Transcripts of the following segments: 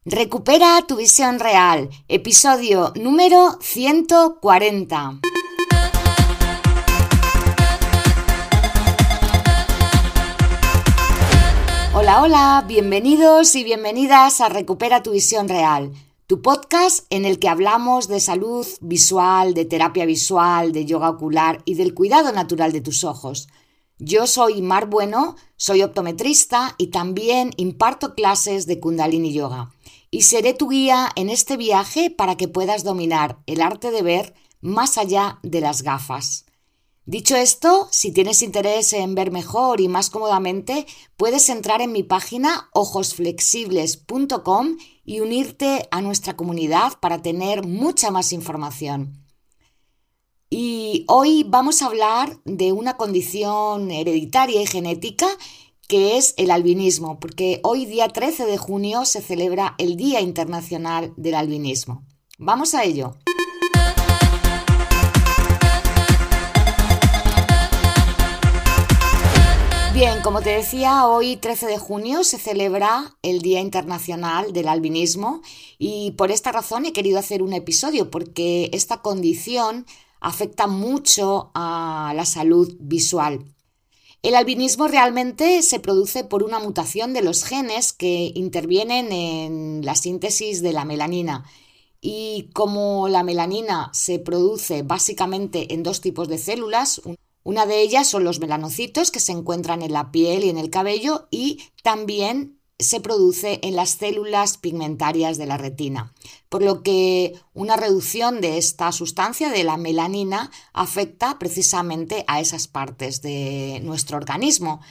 Recupera tu visión real, episodio número 140. Hola, bienvenidos y bienvenidas a Recupera tu visión real, tu podcast en el que hablamos de salud visual, de terapia visual, de yoga ocular y del cuidado natural de tus ojos. Yo soy Mar Bueno, soy optometrista y también imparto clases de Kundalini Yoga. Y seré tu guía en este viaje para que puedas dominar el arte de ver más allá de las gafas. Dicho esto, si tienes interés en ver mejor y más cómodamente, puedes entrar en mi página ojosflexibles.com y unirte a nuestra comunidad para tener mucha más información. Y hoy vamos a hablar de una condición hereditaria y genética que es el albinismo, porque hoy día 13 de junio se celebra el Día Internacional del Albinismo. Vamos a ello. Bien, como te decía, hoy 13 de junio se celebra el Día Internacional del Albinismo y por esta razón he querido hacer un episodio porque esta condición afecta mucho a la salud visual. El albinismo realmente se produce por una mutación de los genes que intervienen en la síntesis de la melanina. Y como la melanina se produce básicamente en dos tipos de células, una de ellas son los melanocitos que se encuentran en la piel y en el cabello y también se produce en las células pigmentarias de la retina, por lo que una reducción de esta sustancia, de la melanina, afecta precisamente a esas partes de nuestro organismo.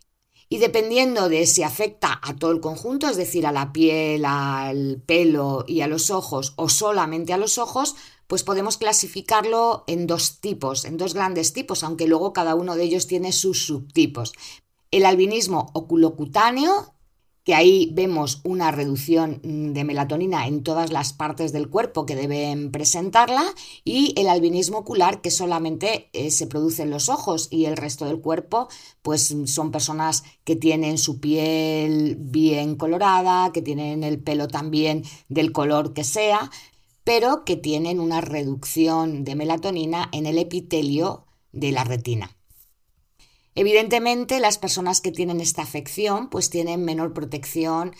Y dependiendo de si afecta a todo el conjunto, es decir, a la piel, al pelo y a los ojos o solamente a los ojos, pues podemos clasificarlo en dos tipos, en dos grandes tipos, aunque luego cada uno de ellos tiene sus subtipos. El albinismo oculocutáneo, que ahí vemos una reducción de melatonina en todas las partes del cuerpo que deben presentarla, y el albinismo ocular, que solamente se produce en los ojos y el resto del cuerpo, pues son personas que tienen su piel bien colorada, que tienen el pelo también del color que sea, pero que tienen una reducción de melatonina en el epitelio de la retina. Evidentemente, las personas que tienen esta afección pues tienen menor protección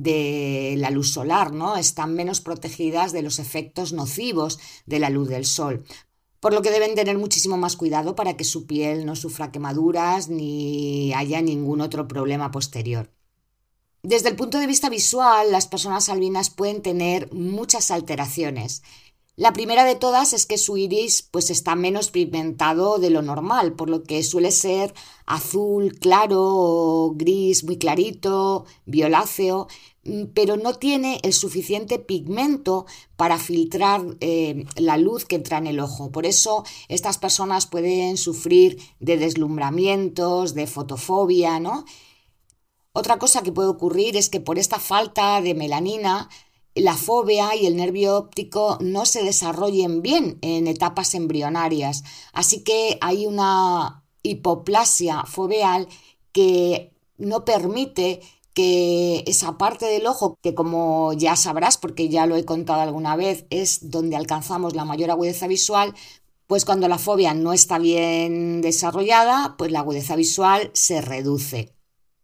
de la luz solar, ¿no? Están menos protegidas de los efectos nocivos de la luz del sol, por lo que deben tener muchísimo más cuidado para que su piel no sufra quemaduras ni haya ningún otro problema posterior. Desde el punto de vista visual, las personas albinas pueden tener muchas alteraciones. La primera de todas es que su iris pues está menos pigmentado de lo normal, por lo que suele ser azul claro o gris muy clarito, violáceo, pero no tiene el suficiente pigmento para filtrar la luz que entra en el ojo. Por eso estas personas pueden sufrir de deslumbramientos, de fotofobia, ¿no? Otra cosa que puede ocurrir es que por esta falta de melanina, la fóvea y el nervio óptico no se desarrollen bien en etapas embrionarias. Así que hay una hipoplasia foveal que no permite que esa parte del ojo, que como ya sabrás, porque ya lo he contado alguna vez, es donde alcanzamos la mayor agudeza visual, pues cuando la fóvea no está bien desarrollada, pues la agudeza visual se reduce.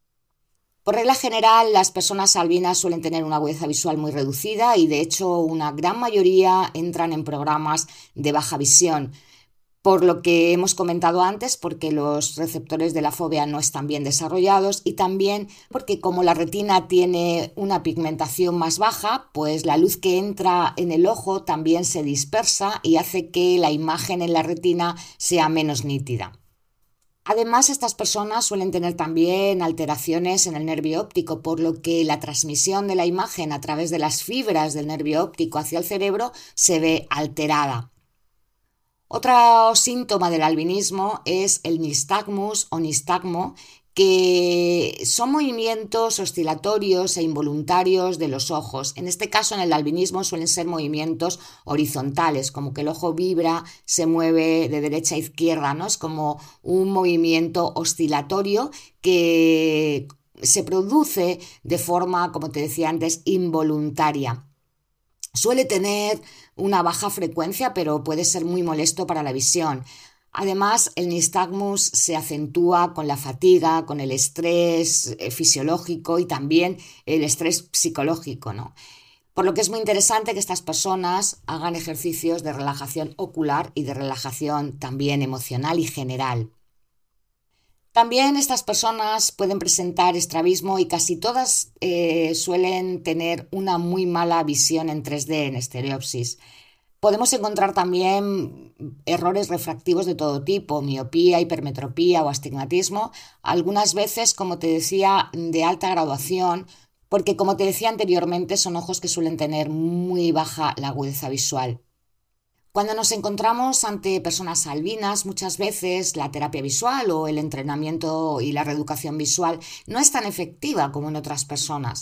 Por regla general, las personas albinas suelen tener una agudeza visual muy reducida y de hecho una gran mayoría entran en programas de baja visión, por lo que hemos comentado antes, porque los receptores de la fóvea no están bien desarrollados y también porque como la retina tiene una pigmentación más baja, pues la luz que entra en el ojo también se dispersa y hace que la imagen en la retina sea menos nítida. Además, estas personas suelen tener también alteraciones en el nervio óptico, por lo que la transmisión de la imagen a través de las fibras del nervio óptico hacia el cerebro se ve alterada. Otro síntoma del albinismo es el nistagmus o nistagmo, que son movimientos oscilatorios e involuntarios de los ojos. En este caso, en el albinismo suelen ser movimientos horizontales, como que el ojo vibra, se mueve de derecha a izquierda, ¿no? Es como un movimiento oscilatorio que se produce de forma, como te decía antes, involuntaria. Suele tener una baja frecuencia, pero puede ser muy molesto para la visión. Además, el nistagmus se acentúa con la fatiga, con el estrés fisiológico y también el estrés psicológico, ¿no? Por lo que es muy interesante que estas personas hagan ejercicios de relajación ocular y de relajación también emocional y general. También estas personas pueden presentar estrabismo y casi todas suelen tener una muy mala visión en 3D, en estereopsis. Podemos encontrar también errores refractivos de todo tipo, miopía, hipermetropía o astigmatismo, algunas veces, como te decía, de alta graduación, porque como te decía anteriormente, son ojos que suelen tener muy baja la agudeza visual. Cuando nos encontramos ante personas albinas, muchas veces la terapia visual o el entrenamiento y la reeducación visual no es tan efectiva como en otras personas,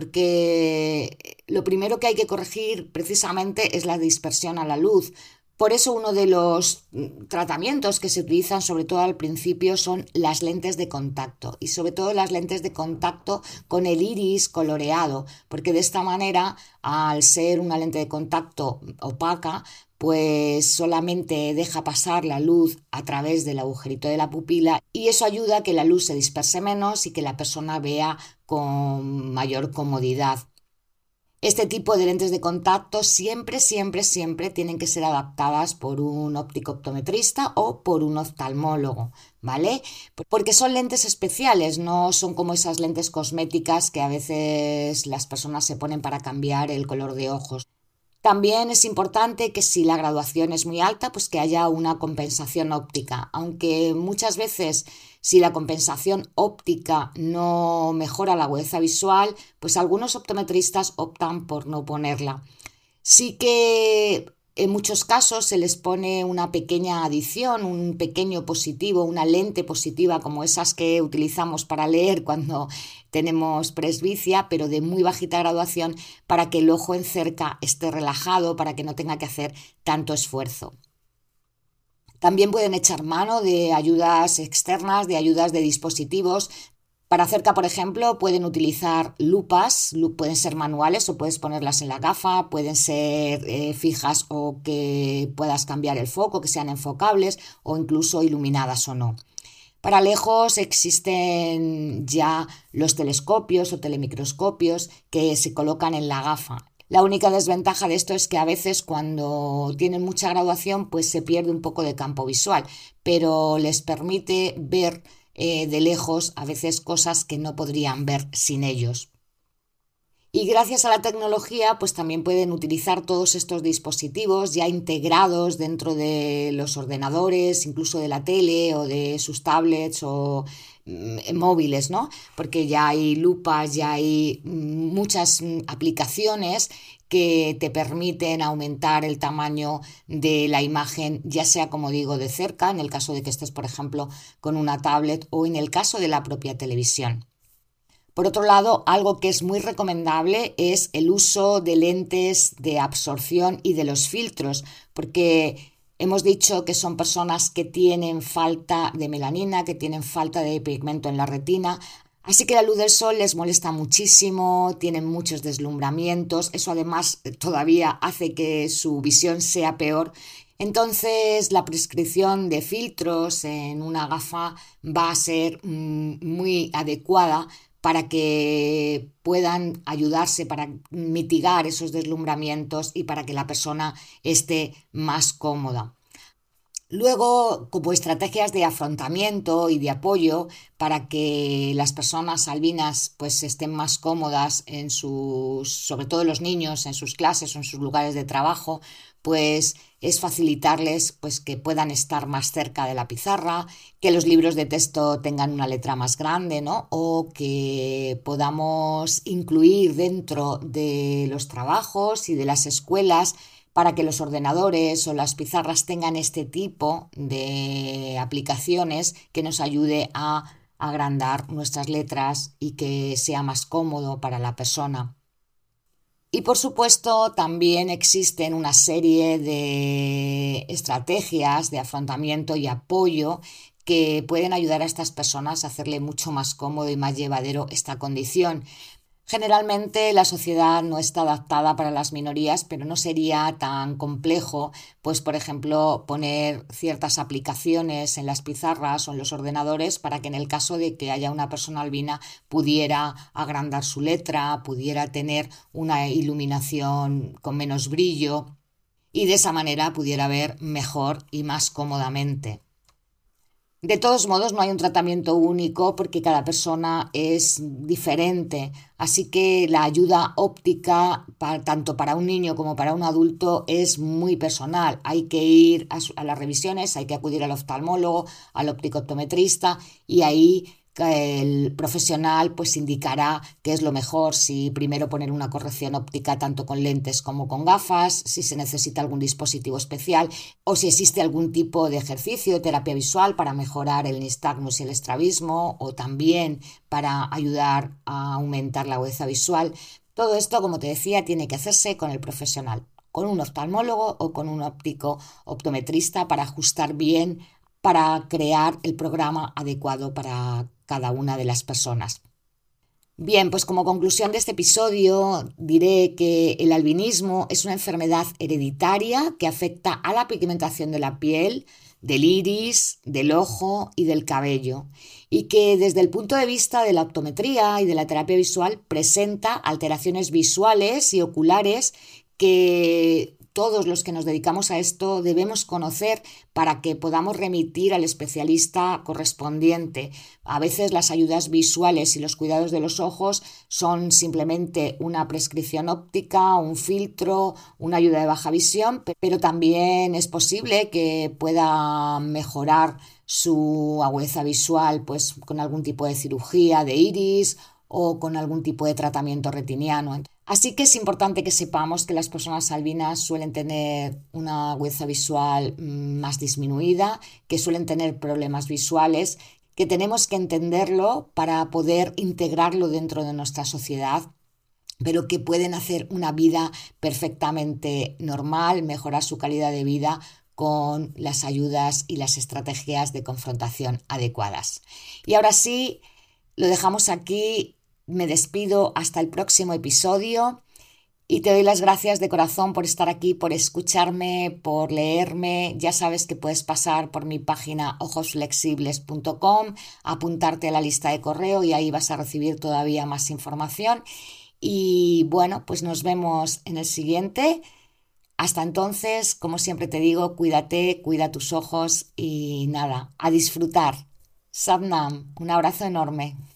porque lo primero que hay que corregir precisamente es la dispersión a la luz. Por eso uno de los tratamientos que se utilizan sobre todo al principio son las lentes de contacto y sobre todo las lentes de contacto con el iris coloreado, porque de esta manera, al ser una lente de contacto opaca, pues solamente deja pasar la luz a través del agujerito de la pupila y eso ayuda a que la luz se disperse menos y que la persona vea con mayor comodidad. Este tipo de lentes de contacto siempre tienen que ser adaptadas por un óptico optometrista o por un oftalmólogo, ¿vale? Porque son lentes especiales, no son como esas lentes cosméticas que a veces las personas se ponen para cambiar el color de ojos. También es importante que si la graduación es muy alta, pues que haya una compensación óptica, aunque muchas veces si la compensación óptica no mejora la agudeza visual, pues algunos optometristas optan por no ponerla. Sí que en muchos casos se les pone una pequeña adición, un pequeño positivo, una lente positiva como esas que utilizamos para leer cuando tenemos presbicia, pero de muy bajita graduación para que el ojo en cerca esté relajado, para que no tenga que hacer tanto esfuerzo. También pueden echar mano de ayudas externas, de ayudas de dispositivos. Para cerca, por ejemplo, pueden utilizar lupas, pueden ser manuales o puedes ponerlas en la gafa, pueden ser fijas o que puedas cambiar el foco, que sean enfocables o incluso iluminadas o no. Para lejos existen ya los telescopios o telemicroscopios que se colocan en la gafa. La única desventaja de esto es que a veces cuando tienen mucha graduación pues se pierde un poco de campo visual, pero les permite ver de lejos a veces cosas que no podrían ver sin ellos. Y gracias a la tecnología, pues también pueden utilizar todos estos dispositivos ya integrados dentro de los ordenadores, incluso de la tele o de sus tablets o móviles, ¿no? Porque ya hay lupas, ya hay muchas aplicaciones que te permiten aumentar el tamaño de la imagen, ya sea, como digo, de cerca, en el caso de que estés, por ejemplo, con una tablet o en el caso de la propia televisión. Por otro lado, algo que es muy recomendable es el uso de lentes de absorción y de los filtros, porque hemos dicho que son personas que tienen falta de melanina, que tienen falta de pigmento en la retina, así que la luz del sol les molesta muchísimo, tienen muchos deslumbramientos, eso además todavía hace que su visión sea peor. Entonces, la prescripción de filtros en una gafa va a ser muy adecuada para que puedan ayudarse para mitigar esos deslumbramientos y para que la persona esté más cómoda. Luego, como estrategias de afrontamiento y de apoyo para que las personas albinas pues estén más cómodas en sus, sobre todo los niños, en sus clases o en sus lugares de trabajo, pues es facilitarles pues que puedan estar más cerca de la pizarra, que los libros de texto tengan una letra más grande, ¿no? O que podamos incluir dentro de los trabajos y de las escuelas para que los ordenadores o las pizarras tengan este tipo de aplicaciones que nos ayude a agrandar nuestras letras y que sea más cómodo para la persona. Y por supuesto también existen una serie de estrategias de afrontamiento y apoyo que pueden ayudar a estas personas a hacerle mucho más cómodo y más llevadero esta condición. Generalmente la sociedad no está adaptada para las minorías, pero no sería tan complejo, pues por ejemplo, poner ciertas aplicaciones en las pizarras o en los ordenadores para que en el caso de que haya una persona albina pudiera agrandar su letra, pudiera tener una iluminación con menos brillo y de esa manera pudiera ver mejor y más cómodamente. De todos modos, no hay un tratamiento único porque cada persona es diferente, así que la ayuda óptica, tanto para un niño como para un adulto, es muy personal. Hay que ir a las revisiones, hay que acudir al oftalmólogo, al óptico-optometrista y ahí el profesional pues indicará qué es lo mejor, si primero poner una corrección óptica tanto con lentes como con gafas, si se necesita algún dispositivo especial o si existe algún tipo de ejercicio de terapia visual para mejorar el nistagmus y el estrabismo o también para ayudar a aumentar la agudeza visual. Todo esto, como te decía, tiene que hacerse con el profesional, con un oftalmólogo o con un óptico optometrista para ajustar bien, para crear el programa adecuado para cada una de las personas. Bien, pues como conclusión de este episodio diré que el albinismo es una enfermedad hereditaria que afecta a la pigmentación de la piel, del iris, del ojo y del cabello, y que desde el punto de vista de la optometría y de la terapia visual presenta alteraciones visuales y oculares que todos los que nos dedicamos a esto debemos conocer para que podamos remitir al especialista correspondiente. A veces las ayudas visuales y los cuidados de los ojos son simplemente una prescripción óptica, un filtro, una ayuda de baja visión, pero también es posible que pueda mejorar su agudeza visual pues con algún tipo de cirugía de iris o con algún tipo de tratamiento retiniano. Así que es importante que sepamos que las personas albinas suelen tener una agudeza visual más disminuida, que suelen tener problemas visuales, que tenemos que entenderlo para poder integrarlo dentro de nuestra sociedad, pero que pueden hacer una vida perfectamente normal, mejorar su calidad de vida con las ayudas y las estrategias de confrontación adecuadas. Y ahora sí, lo dejamos aquí. Me despido hasta el próximo episodio y te doy las gracias de corazón por estar aquí, por escucharme, por leerme. Ya sabes que puedes pasar por mi página ojosflexibles.com, apuntarte a la lista de correo y ahí vas a recibir todavía más información. Y bueno, pues nos vemos en el siguiente. Hasta entonces, como siempre te digo, cuídate, cuida tus ojos y nada, a disfrutar. Satnam, un abrazo enorme.